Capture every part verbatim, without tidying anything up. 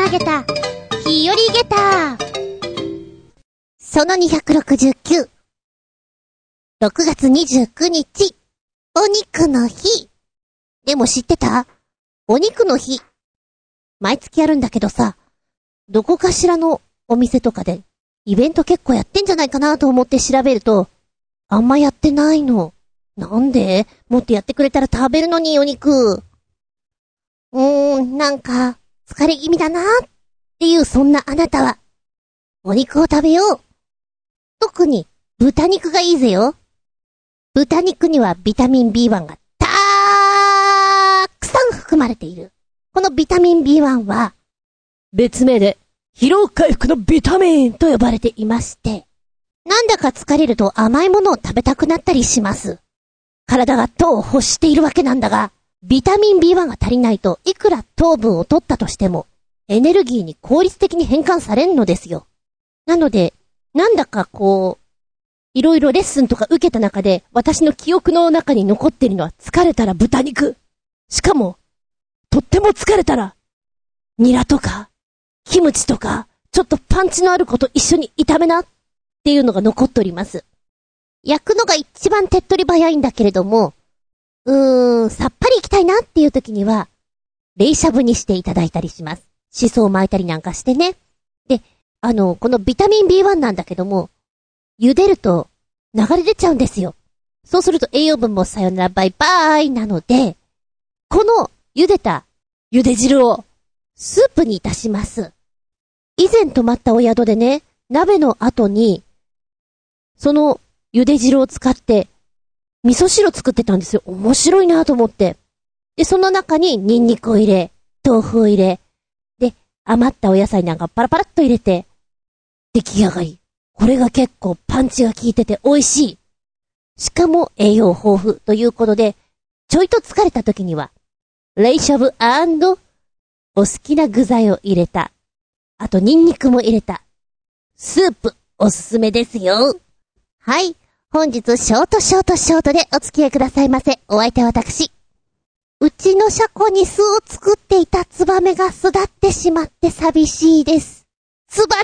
げた日和げたそのにひゃくろくじゅうきゅう、ろくがつにじゅうくにち、お肉の日。でも知ってた？お肉の日毎月やるんだけどさ、どこかしらのお店とかでイベント結構やってんじゃないかなと思って調べると、あんまやってないの。なんで？もっとやってくれたら食べるのに、お肉。うーん、なんか疲れ気味だなっていう、そんなあなたはお肉を食べよう。特に豚肉がいいぜよ。豚肉にはビタミン ビーワン がたーくさん含まれている。このビタミン ビーワン は別名で疲労回復のビタミンと呼ばれていまして、なんだか疲れると甘いものを食べたくなったりします。体が糖を欲しているわけなんだが、ビタミン ビーワン が足りないといくら糖分を取ったとしてもエネルギーに効率的に変換されんのですよ。なので、なんだかこう、いろいろレッスンとか受けた中で私の記憶の中に残っているのは、疲れたら豚肉。しかも、とっても疲れたら、ニラとか、キムチとか、ちょっとパンチのあること一緒に炒めなっていうのが残っております。焼くのが一番手っ取り早いんだけれども、うーん、さっぱりいきたいなっていう時には、冷しゃぶにしていただいたりします。シソを巻いたりなんかしてね。で、あの、このビタミン ビーワン なんだけども、茹でると流れ出ちゃうんですよ。そうすると栄養分もさよならバイバイなので、この茹でた茹で汁をスープにいたします。以前泊まったお宿でね、鍋の後に、その茹で汁を使って味噌汁作ってたんですよ。面白いなと思って。で、その中にニンニクを入れ、豆腐を入れ、で、余ったお野菜なんかパラパラっと入れて、出来上がり。これが結構パンチが効いてて美味しい。しかも栄養豊富ということで、ちょいと疲れた時には、冷しゃぶ&お好きな具材を入れた。あとニンニクも入れた。スープ、おすすめですよ。はい。本日、ショートショートショートでお付き合いくださいませ。お相手は私。うちの車庫に巣を作っていたツバメが巣立ってしまって寂しいです。ツバちゃーん。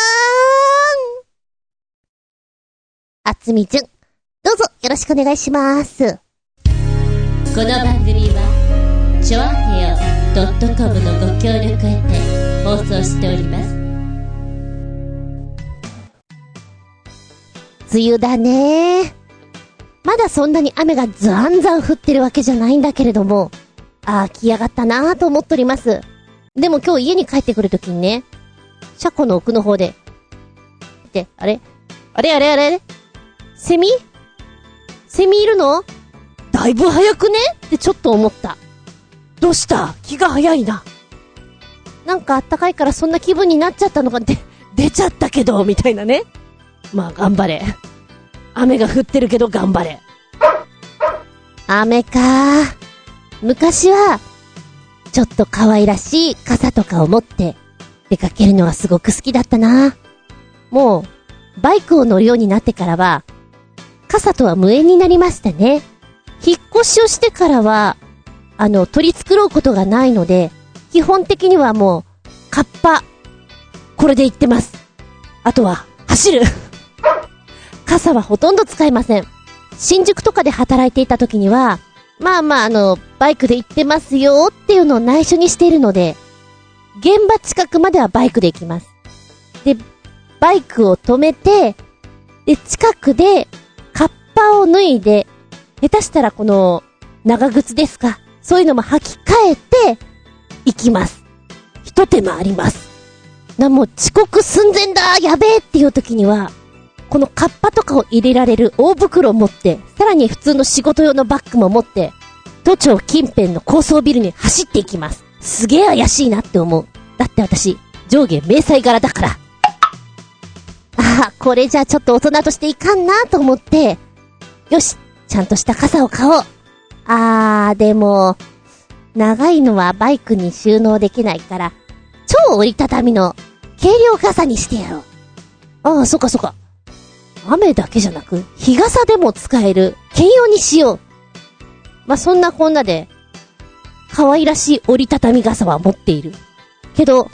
あつみじゅん。どうぞよろしくお願いします。 この番組は、ちょあへよ .com のご協力へて放送しております。 梅雨だね。まだそんなに雨がザンザン降ってるわけじゃないんだけれども、ああ、来やがったなぁと思っております。でも今日家に帰ってくるときにね、車庫の奥の方で、で、あれあれあれあれセミセミいるの？だいぶ早くねってちょっと思った。どうした？気が早いな。なんかあったかいからそんな気分になっちゃったのがで、出ちゃったけど、みたいなね。まあ頑張れ。雨が降ってるけど頑張れ。雨かー。昔はちょっと可愛らしい傘とかを持って出かけるのはすごく好きだったな。もうバイクを乗るようになってからは傘とは無縁になりましたね。引っ越しをしてからはあの取り繕うことがないので、基本的にはもうカッパこれで行ってます。あとは走る傘はほとんど使いません。新宿とかで働いていた時には、まあまああの、バイクで行ってますよっていうのを内緒にしているので、現場近くまではバイクで行きます。で、バイクを止めて、で、近くで、カッパを脱いで、下手したらこの、長靴ですか。そういうのも履き替えて、行きます。一手間あります。な、もう遅刻寸前だやべえっていう時には、このカッパとかを入れられる大袋を持って、さらに普通の仕事用のバッグも持って、都庁近辺の高層ビルに走っていきます。すげえ怪しいなって思う。だって私、上下迷彩柄だから。ああ、これじゃちょっと大人としていかんなと思って、よし、ちゃんとした傘を買おう。あー、でも、長いのはバイクに収納できないから、超折りたたみの軽量傘にしてやろう。ああ、そっかそっか。雨だけじゃなく、日傘でも使える兼用にしよう。まあ、そんなこんなで、可愛らしい折りたたみ傘は持っている。けど、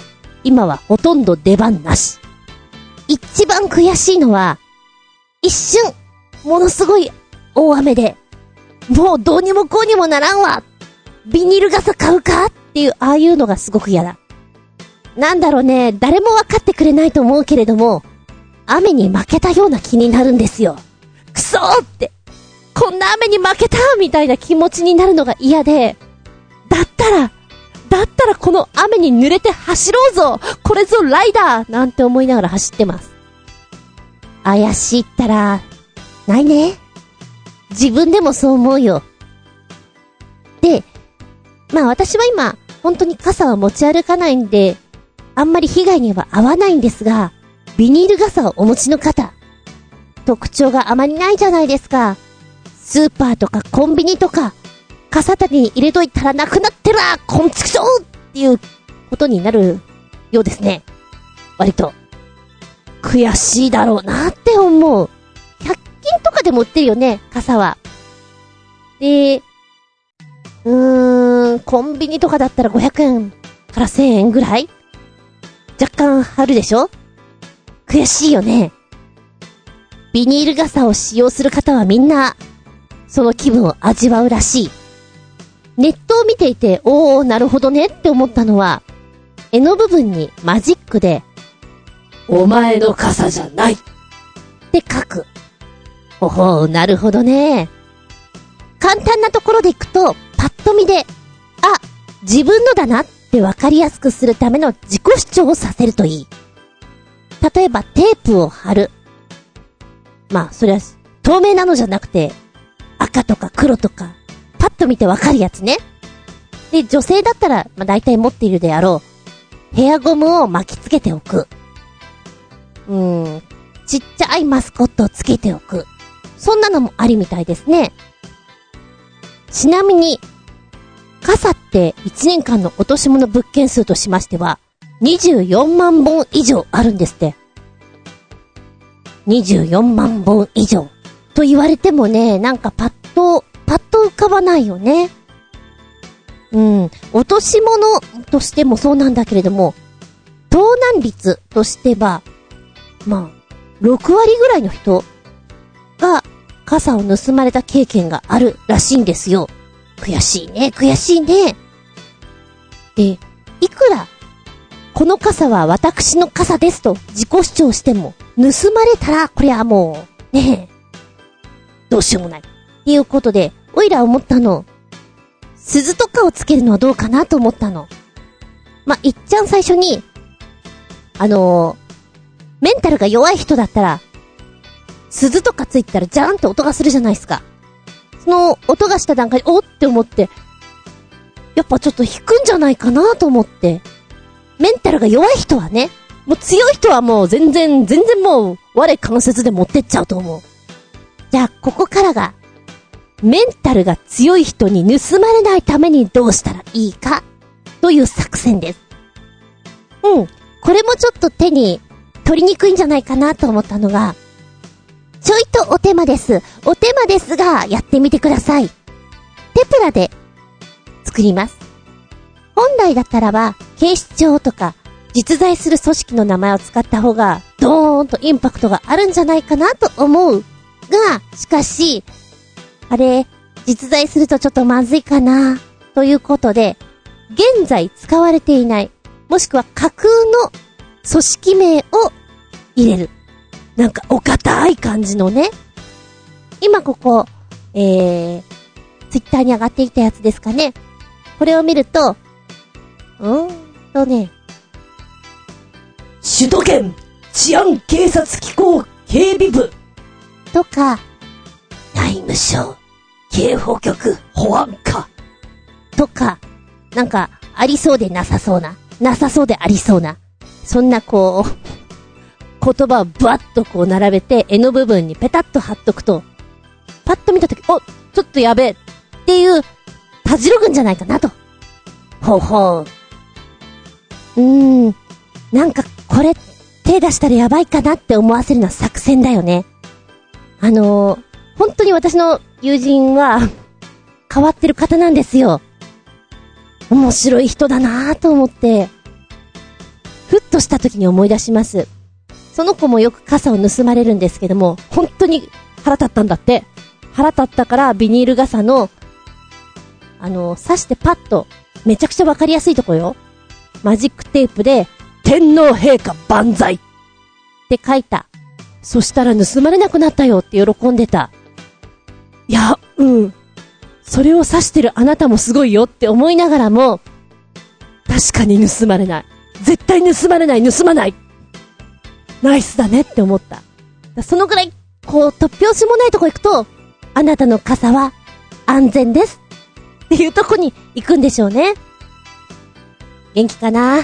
今はほとんど出番なし。一番悔しいのは、一瞬、ものすごい大雨で、もうどうにもこうにもならんわ。ビニール傘買うかっていう、ああいうのがすごく嫌だ。なんだろうね、誰も分かってくれないと思うけれども、雨に負けたような気になるんですよ。くそーって、こんな雨に負けたみたいな気持ちになるのが嫌で、だったら、だったらこの雨に濡れて走ろうぞ、これぞライダーなんて思いながら走ってます。怪しいったら、ないね。自分でもそう思うよ。で、まあ私は今、本当に傘は持ち歩かないんで、あんまり被害には合わないんですが、ビニール傘をお持ちの方、特徴があまりないじゃないですか。スーパーとかコンビニとか、傘立てに入れといたらなくなってるわ、こんちくしょうっていうことになるようですね。割と。悔しいだろうなって思う。ひゃく均とかでも売ってるよね、傘は。で、うーん、コンビニとかだったらごひゃくえんからせんえんぐらい若干張るでしょ？悔しいよね。ビニール傘を使用する方はみんな、その気分を味わうらしい。ネットを見ていて、おー、なるほどねって思ったのは、絵の部分にマジックで、お前の傘じゃないって書く。ほほー、なるほどね。簡単なところでいくと、パッと見で、あ、自分のだなってわかりやすくするための自己主張をさせるといい。例えばテープを貼る。まあ、それは透明なのじゃなくて、赤とか黒とか、パッと見てわかるやつね。で、女性だったら、まあ大体持っているであろう。ヘアゴムを巻きつけておく。うーん、ちっちゃいマスコットをつけておく。そんなのもありみたいですね。ちなみに、傘っていちねんかんの落とし物物件数としましては、にじゅうよんまんぼん以上あるんですって。にじゅうよんまんぼん以上。と言われてもね、なんかパッと、パッと浮かばないよね。うん、落とし物としてもそうなんだけれども、盗難率としては、まあ、ろくわりぐらいの人が傘を盗まれた経験があるらしいんですよ。悔しいね、悔しいね。で、いくら、この傘は私の傘ですと自己主張しても、盗まれたら、これはもう、ねえ、どうしようもない。っていうことで、おいら思ったの。鈴とかをつけるのはどうかなと思ったの。まあ、いっちゃん最初に、あのー、メンタルが弱い人だったら、鈴とかついたらジャーンって音がするじゃないですか。その音がした段階で、おって思って、やっぱちょっと引くんじゃないかなと思って。メンタルが弱い人はね、もう強い人はもう全然、全然もう、我関節で持ってっちゃうと思う。じゃあ、ここからが、メンタルが強い人に盗まれないためにどうしたらいいか、という作戦です。うん。これもちょっと手に取りにくいんじゃないかなと思ったのが、ちょいとお手間です。お手間ですが、やってみてください。テプラで作ります。本来だったらば、警視庁とか、実在する組織の名前を使った方が、ドーンとインパクトがあるんじゃないかなと思う。が、しかし、あれ、実在するとちょっとまずいかな、ということで、現在使われていない、もしくは架空の組織名を入れる。なんかお堅い感じのね。今ここ、えー、ツイッターに上がってきたやつですかね。これを見ると、うーんとね、 首都圏治安警察機構警備部とか、内務省警報局保安課とか、なんかありそうでなさそうな、なさそうでありそうな、そんなこう言葉をバッとこう並べて絵の部分にペタッと貼っとくと、パッと見たとき、お、ちょっとやべえっていうたじろぐんじゃないかなと。ほうほう。うーん、なんかこれ手出したらやばいかなって思わせるのは作戦だよね。あのー、本当に私の友人は変わってる方なんですよ。面白い人だなぁと思って。 ふっとした時に思い出します。その子もよく傘を盗まれるんですけども、本当に腹立ったんだって。腹立ったからビニール傘の、あの、刺してパッと、めちゃくちゃわかりやすいとこよ。マジックテープで、天皇陛下万歳って書いた。そしたら盗まれなくなったよって喜んでた。いや、うん。それを刺してるあなたもすごいよって思いながらも、確かに盗まれない。絶対盗まれない、盗まない。ナイスだねって思った。そのぐらい、こう、突拍子もないとこ行くと、あなたの傘は安全ですっていうとこに行くんでしょうね。元気かな？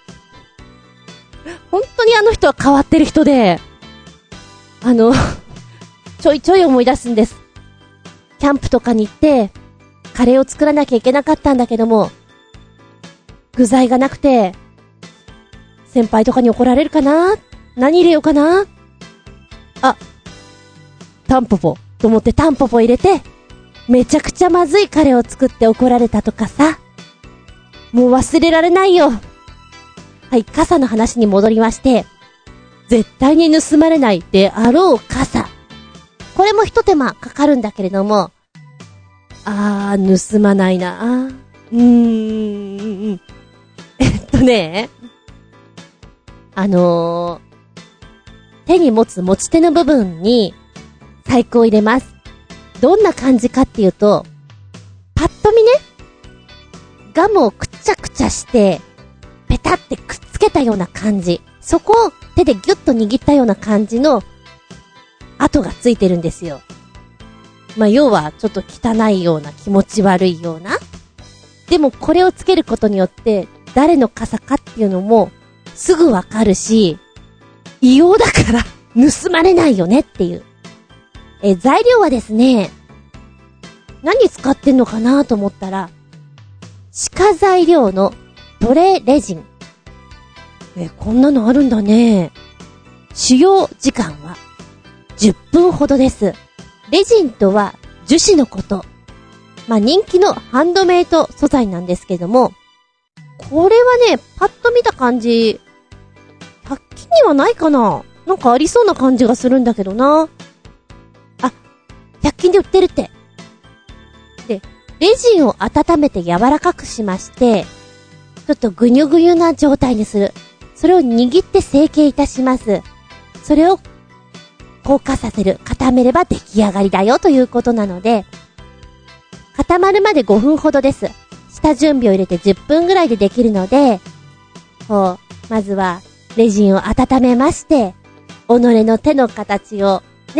本当にあの人は変わってる人で、あの、ちょいちょい思い出すんです。キャンプとかに行って、カレーを作らなきゃいけなかったんだけども、具材がなくて、先輩とかに怒られるかな？何入れようかな？あ、タンポポと思ってタンポポ入れて、めちゃくちゃまずいカレーを作って怒られたとかさ。もう忘れられないよ。はい、傘の話に戻りまして、絶対に盗まれないであろう傘。これも一手間かかるんだけれども、あー、盗まないな。うーん。えっとね、あのー、手に持つ持ち手の部分に細工を入れます。どんな感じかっていうと、パッと見ね、ガムをくちゃくちゃして、ペタってくっつけたような感じ。そこを手でギュッと握ったような感じの跡がついてるんですよ。まあ、要はちょっと汚いような、気持ち悪いような。でもこれをつけることによって、誰の傘かっていうのもすぐわかるし、異様だから盗まれないよねっていう。え、材料はですね、何使ってんのかなと思ったら、歯科材料のトレレジン。え、こんなのあるんだね。使用時間はじゅっぷんほどです。レジンとは樹脂のこと。まあ、人気のハンドメイド素材なんですけども、これはね、パッと見た感じ、ひゃっ均にはないかな？なんかありそうな感じがするんだけどな。あ、ひゃっ均で売ってるって。で、レジンを温めて柔らかくしまして、ちょっとぐにゅぐにゅな状態にする。それを握って成形いたします。それを硬化させる。固めれば出来上がりだよということなので、固まるまでごふんほどです。下準備を入れてじゅっぷんぐらいでできるので、こう、まずはレジンを温めまして、己の手の形をね、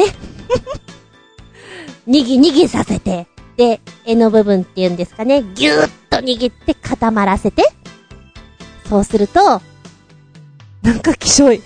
にぎにぎさせて、で、柄の部分っていうんですかね、ぎゅーっと握って固まらせて、そうすると、なんかきしょい。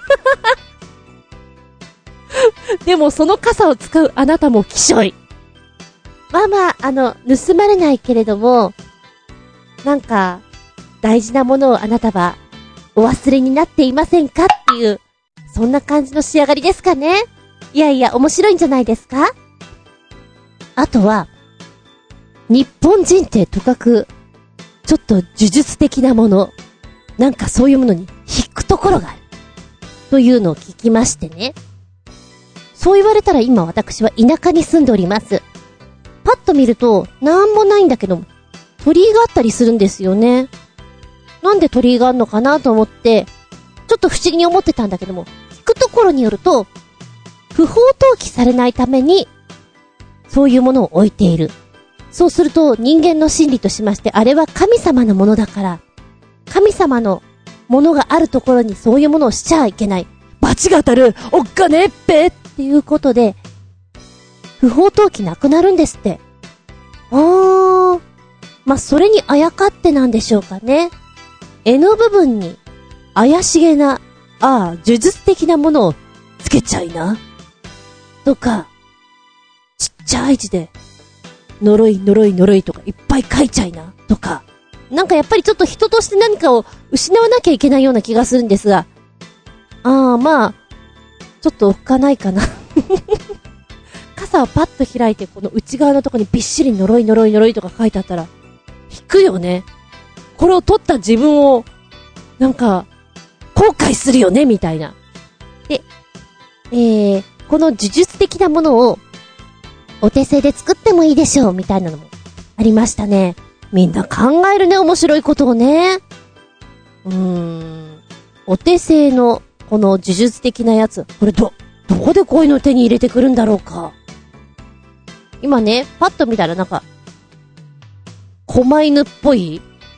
でもその傘を使うあなたもきしょい。まあまあ、あの、盗まれないけれども、なんか、大事なものをあなたはお忘れになっていませんかっていう、そんな感じの仕上がりですかね。いやいや、面白いんじゃないですか。あとは、日本人ってとかく、ちょっと呪術的なもの、なんかそういうものに引くところがある。というのを聞きましてね。そう言われたら今私は田舎に住んでおります。パッと見ると、なんもないんだけど、鳥居があったりするんですよね。なんで鳥居があるのかなと思って、ちょっと不思議に思ってたんだけども、聞くところによると、不法投棄されないために、そういうものを置いている。そうすると人間の心理としまして、あれは神様のものだから、神様のものがあるところにそういうものをしちゃいけない。罰が当たる、おっかねっぺっていうことで、不法投棄なくなるんですって。あー、まあ、それにあやかってなんでしょうかね。柄の部分に怪しげな、ああ、呪術的なものをつけちゃいな。とか、ちっちゃい字で、呪い呪い呪いとかいっぱい書いちゃいな。とか、なんかやっぱりちょっと人として何かを失わなきゃいけないような気がするんですが、ああ、まあ、ちょっとおっかないかな。傘をパッと開いて、この内側のところにびっしり呪い呪い呪いとか書いてあったら、引くよね。これを取った自分を、なんか、 後悔するよねみたいな。で、えー、この呪術的なものをお手製で作ってもいいでしょうみたいなのもありましたね。みんな考えるね、面白いことをね。うーん、お手製のこの呪術的なやつ、これどどこでこういうの手に入れてくるんだろうか。今ね、パッと見たらなんか狛犬っぽい、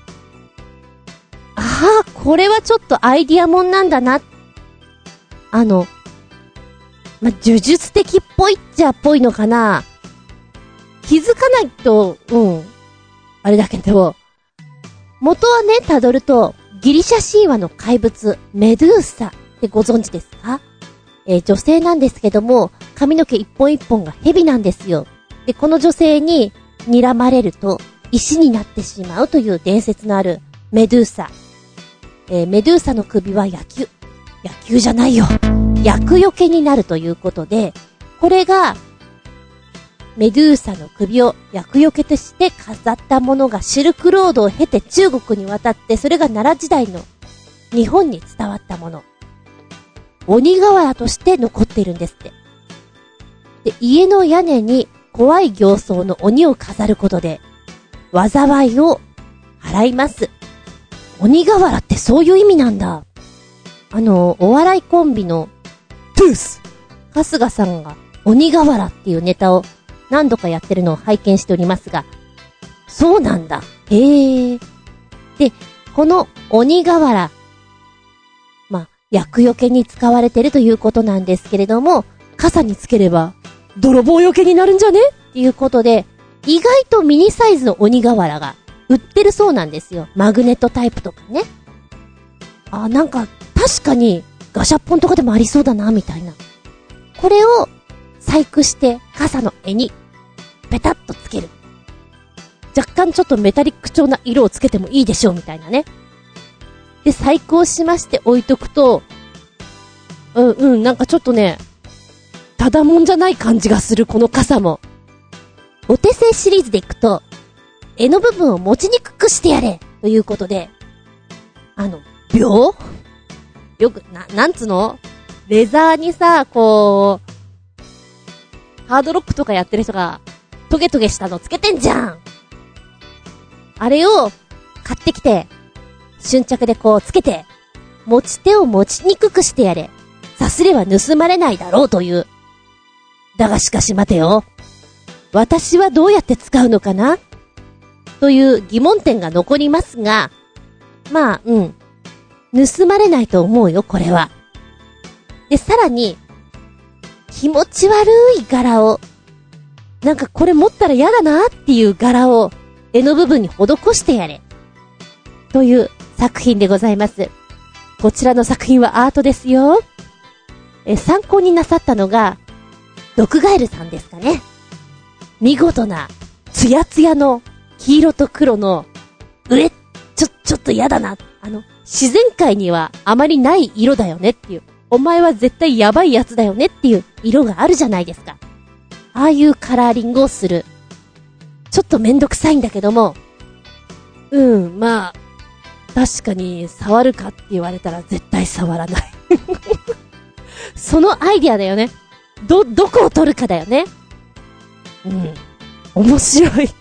ああ、これはちょっとアイディアもんなんだな。あの、ま、呪術的っぽいっちゃっぽいのかな。気づかないと、うん、あれだけど、元はね、辿ると、ギリシャ神話の怪物、メドゥーサってご存知ですか？えー、女性なんですけども、髪の毛一本一本が蛇なんですよ。で、この女性に睨まれると、石になってしまうという伝説のあるメドゥーサ。えー、メドゥーサの首は野球。野球じゃないよ。厄除けになるということで、これが、メドゥーサの首を厄除けとして飾ったものがシルクロードを経て中国に渡って、それが奈良時代の日本に伝わったもの。鬼瓦として残っているんですって。で、家の屋根に怖い形相の鬼を飾ることで、災いを払います。鬼瓦ってそういう意味なんだ。あの、お笑いコンビのトゥース春日さんが鬼瓦っていうネタを何度かやってるのを拝見しておりますが、そうなんだ。へー。で、この鬼瓦、まあ、厄除けに使われてるということなんですけれども、傘につければ泥棒よけになるんじゃねっていうことで、意外とミニサイズの鬼瓦が売ってるそうなんですよ。マグネットタイプとかね。あ、なんか確かにガシャポンとかでもありそうだなみたいな。これを細工して傘の柄にペタッとつける。若干ちょっとメタリック調な色をつけてもいいでしょうみたいなね。で、細工をしまして置いとくと、うんうん、なんかちょっとね、ただもんじゃない感じがするこの傘も。お手製シリーズでいくと、柄の部分を持ちにくくしてやれということで、あの、秒よく、な、なんつのレザーにさ、こう、ハードロックとかやってる人が、トゲトゲしたのつけてんじゃん。あれを、買ってきて、瞬着でこうつけて、持ち手を持ちにくくしてやれ。さすれば盗まれないだろうという。だがしかし待てよ。私はどうやって使うのかなという疑問点が残りますが、まあ、うん。盗まれないと思うよ、これは。で、さらに、気持ち悪い柄を、なんかこれ持ったら嫌だなっていう柄を、柄の部分に施してやれ。という作品でございます。こちらの作品はアートですよ。え、参考になさったのが、ドクガエルさんですかね。見事な、ツヤツヤの黄色と黒の、うえ、ちょ、ちょっと嫌だな。あの、自然界にはあまりない色だよねっていう。お前は絶対やばいやつだよねっていう色があるじゃないですか。ああいうカラーリングをする。ちょっとめんどくさいんだけども、うん、まあ、確かに触るかって言われたら絶対触らない。そのアイディアだよね。ど、どこを取るかだよね。うん。面白い。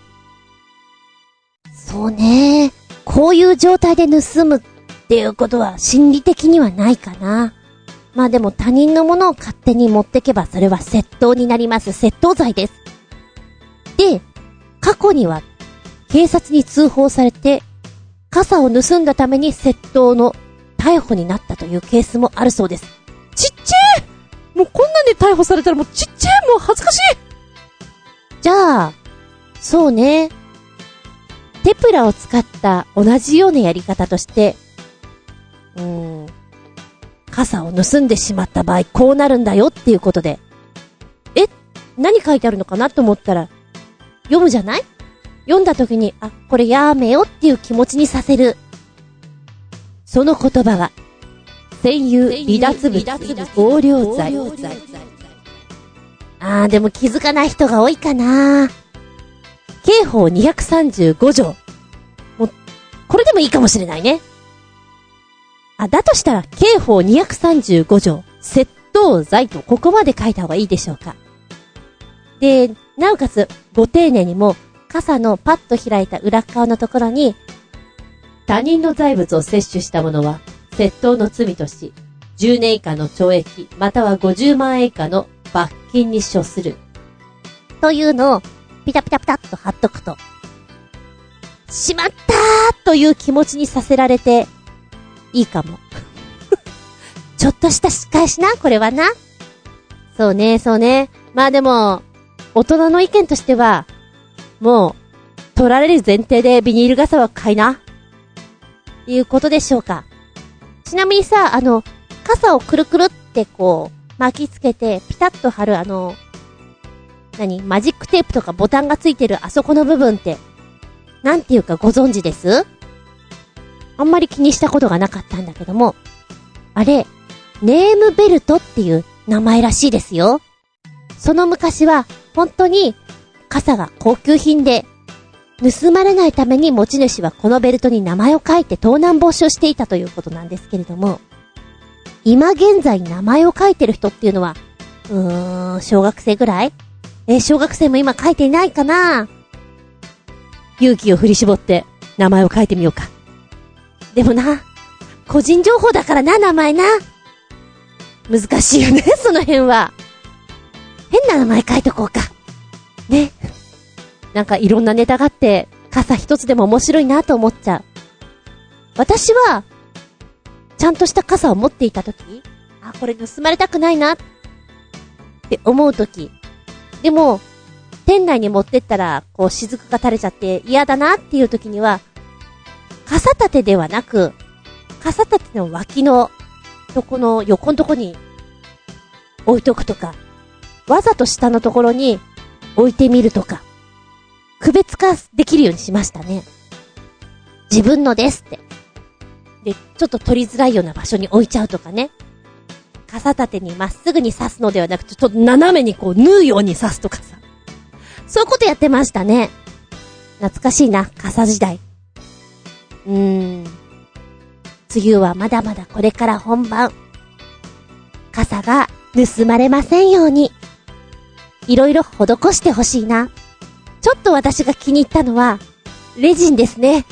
そうね。こういう状態で盗むっていうことは心理的にはないかな。まあでも他人のものを勝手に持ってけばそれは窃盗になります。窃盗罪です。で、過去には警察に通報されて傘を盗んだために窃盗の逮捕になったというケースもあるそうです。ちっちゃい！もうこんなんで逮捕されたらもうちっちゃい！もう恥ずかしい！じゃあ、そうね。テプラを使った同じようなやり方として、うーん、傘を盗んでしまった場合こうなるんだよっていうことで、え、何書いてあるのかなと思ったら、読むじゃない？読んだ時に、あ、これやめよっていう気持ちにさせる。その言葉が、占有離脱物横領罪。あー、でも気づかない人が多いかな。刑法にひゃくさんじゅうご条。もう、これでもいいかもしれないね。 あ、だとしたら、刑法にひゃくさんじゅうご条、窃盗罪とここまで書いた方がいいでしょうか。で、なおかつ、ご丁寧にも、傘のパッと開いた裏側のところに、他人の財物を摂取した者は、窃盗の罪とし、じゅうねん以下の懲役、またはごじゅうまんえん以下の罰金に処する。 というのを、ピタピタピタっと貼っとくと、 しまったーという気持ちにさせられて、いいかも。 ちょっとした仕返しな、これはな。 そうね、そうね。まあでも、大人の意見としては、もう、取られる前提でビニール傘は買いな。いうことでしょうか。ちなみにさ、あの、傘をくるくるってこう、巻きつけて、ピタッと貼るあの、何？マジックテープとかボタンがついてるあそこの部分って、なんていうかご存知です？あんまり気にしたことがなかったんだけども、あれ、ネームベルトっていう名前らしいですよ。その昔は、本当に、傘が高級品で、盗まれないために持ち主はこのベルトに名前を書いて盗難防止をしていたということなんですけれども、今現在名前を書いてる人っていうのは、うーん、小学生ぐらい？えー、小学生も今書いていないかな？勇気を振り絞って名前を書いてみようか。でもな、個人情報だからな、名前な。難しいよね、その辺は。変な名前書いとこうか。ね。なんかいろんなネタがあって、傘一つでも面白いなと思っちゃう。私は、ちゃんとした傘を持っていたとき、あ、これ盗まれたくないなって思うとき、でも、店内に持ってったら、こう雫が垂れちゃって嫌だなっていうときには、傘立てではなく、傘立ての脇の、とこの横のとこに置いとくとか、わざと下のところに置いてみるとか、区別化できるようにしましたね。自分のですって。で、ちょっと取りづらいような場所に置いちゃうとかね。傘立てにまっすぐに刺すのではなくて、ちょっと斜めにこう縫うように刺すとかさ。そういうことやってましたね。懐かしいな、傘時代。うーん。梅雨はまだまだこれから本番。傘が盗まれませんように。いろいろ施してほしいな。ちょっと私が気に入ったのは、レジンですね。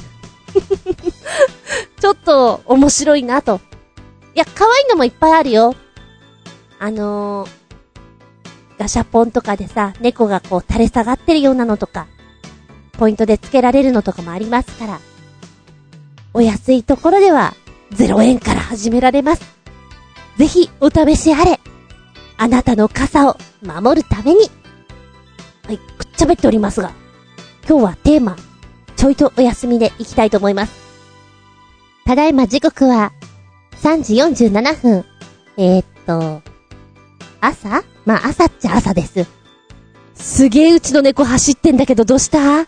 ちょっと面白いなと。いや、可愛いのもいっぱいあるよ。あのー、ガシャポンとかでさ、猫がこう垂れ下がってるようなのとか、ポイントで付けられるのとかもありますから、お安いところではゼロえんから始められます。ぜひお試しあれ。あなたの傘を守るために。はい、くっちゃべっておりますが、今日はテーマ、ちょいとお休みでいきたいと思います。 ただいま時刻はさんじよんじゅうななふん。えー、っと、朝？まあ朝っちゃ朝です。 すげえうちの猫走ってんだけどどうした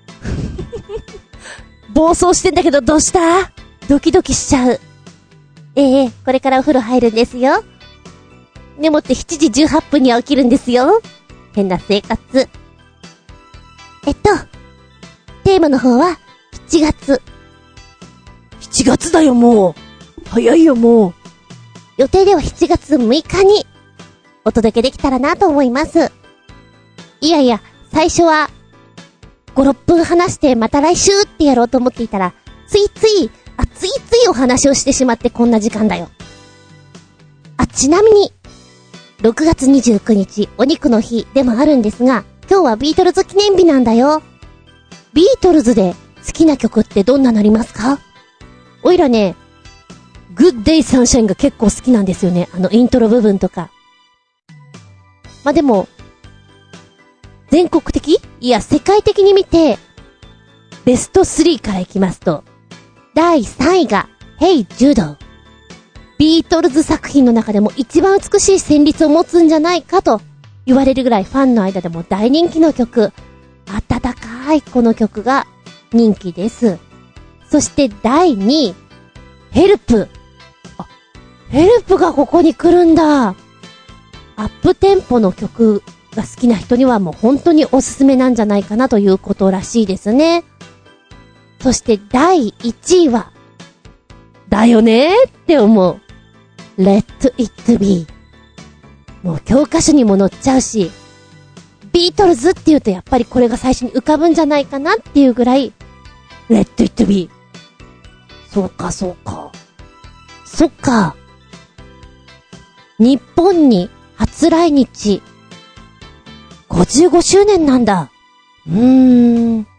暴走してんだけどどうしたドキドキしちゃう。 ええ、これからお風呂入るんですよ。でもってしちじじゅうはっぷんには起きるんですよ。変な生活。えっと、テーマの方はしちがつ。 しちがつだよ、もう。早いよ、もう。 予定ではしちがつむいかにお届けできたらなと思います。いやいや、最初はご、ろっぷん話してまた来週ってやろうと思っていたら、ついつい、あ、ついついお話をしてしまってこんな時間だよ。あ、ちなみに、ろくがつにじゅうくにち、お肉の日でもあるんですが、今日はビートルズ記念日なんだよ。ビートルズで好きな曲ってどんななりますか？ おいらね、グッデイサンシャインが結構好きなんですよね。あのイントロ部分とか。まあ、でも、全国的？いや、世界的に見て、ベストスリーからいきますと、 だいさんいが、Hey Jude。 ビートルズ作品の中でも一番美しい旋律を持つんじゃないかと言われるぐらいファンの間でも大人気の曲。温かいこの曲が人気です。そしてだいにい、ヘルプ。あ、ヘルプがここに来るんだ。アップテンポの曲が好きな人にはもう本当におすすめなんじゃないかなということらしいですね。そしてだいいちいは、 だよねーって思う。Let it be。もう教科書にも載っちゃうし、ビートルズって言うとやっぱりこれが最初に浮かぶんじゃないかなっていうぐらい、Let it be。そうか、そうか。そっか。日本に初来日。ごじゅうごしゅうねんなんだ。うーん。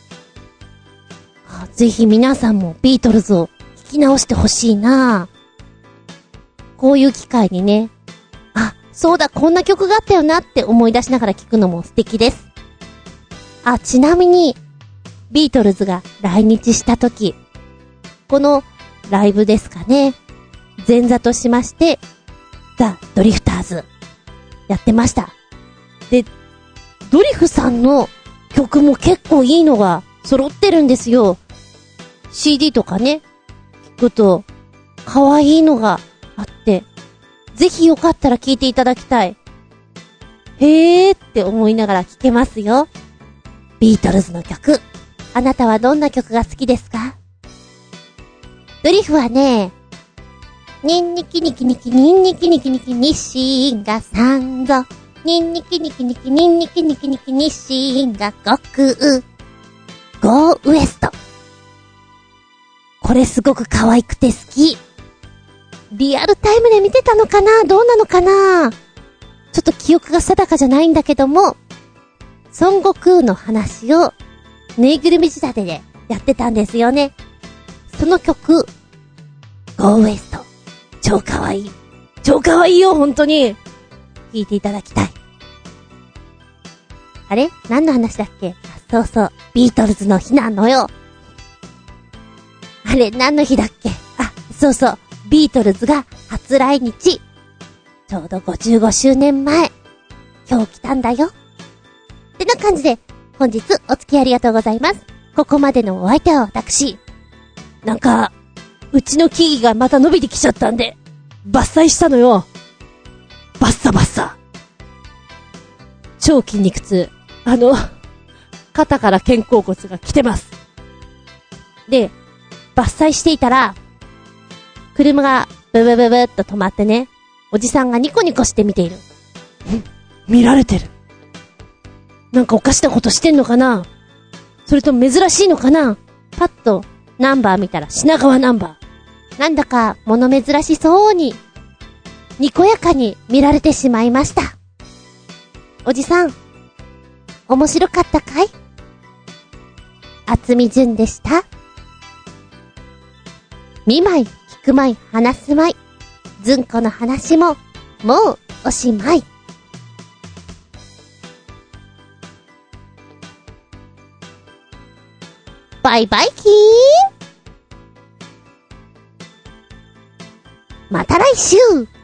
ぜひ皆さんもビートルズを聞き直してほしいな。こういう機会にね、あ、そうだ、こんな曲があったよなって思い出しながら聞くのも素敵です。あ、ちなみに、ビートルズが来日した時、このライブですかね、前座としまして、ザ・ドリフターズ、やってました。で、ドリフさんの曲も結構いいのが揃ってるんですよ。シーディー とかね、聞くと、可愛いのがあって、ぜひよかったら聴いていただきたい。へーって思いながら聴けますよ。ビートルズの曲。あなたはどんな曲が好きですか？ドリフはね、ニンニキニキニキニンニキニキニキニシンが三度。ニンニキニキニキニンニキニキニキニシンが五空。ゴーウエスト。これすごく可愛くて好き。リアルタイムで見てたのかな？どうなのかな？ちょっと記憶が定かじゃないんだけども、孫悟空の話をぬいぐるみ仕立てでやってたんですよね。その曲、ゴーウエスト。超可愛い。超可愛いよ、本当に。聴いていただきたい。あれ？何の話だっけ？あ、そうそう。ビートルズの日なのよ。あれ、何の日だっけ？あ、そうそう。ビートルズが初来日。ちょうどごじゅうごしゅうねんまえ。今日来たんだよ。ってな感じで、本日お付き合いありがとうございます。ここまでのお相手は私。なんか、うちの木々がまた伸びてきちゃったんで、伐採したのよ。バッサバッサ。超筋肉痛。あの、肩から肩甲骨が来てます。で、伐採していたら、車がブブブブっと止まってね、おじさんがニコニコして見ている。見られてる。なんかおかしなことしてんのかな？それと珍しいのかな？パッとナンバー見たら品川ナンバー。なんだか物珍しそうに、にこやかに見られてしまいました。おじさん、面白かったかい？厚み純でした。見舞い、聞く舞い、話す舞い。ずんこの話も、もうおしまい。バイバイキーン。また来週。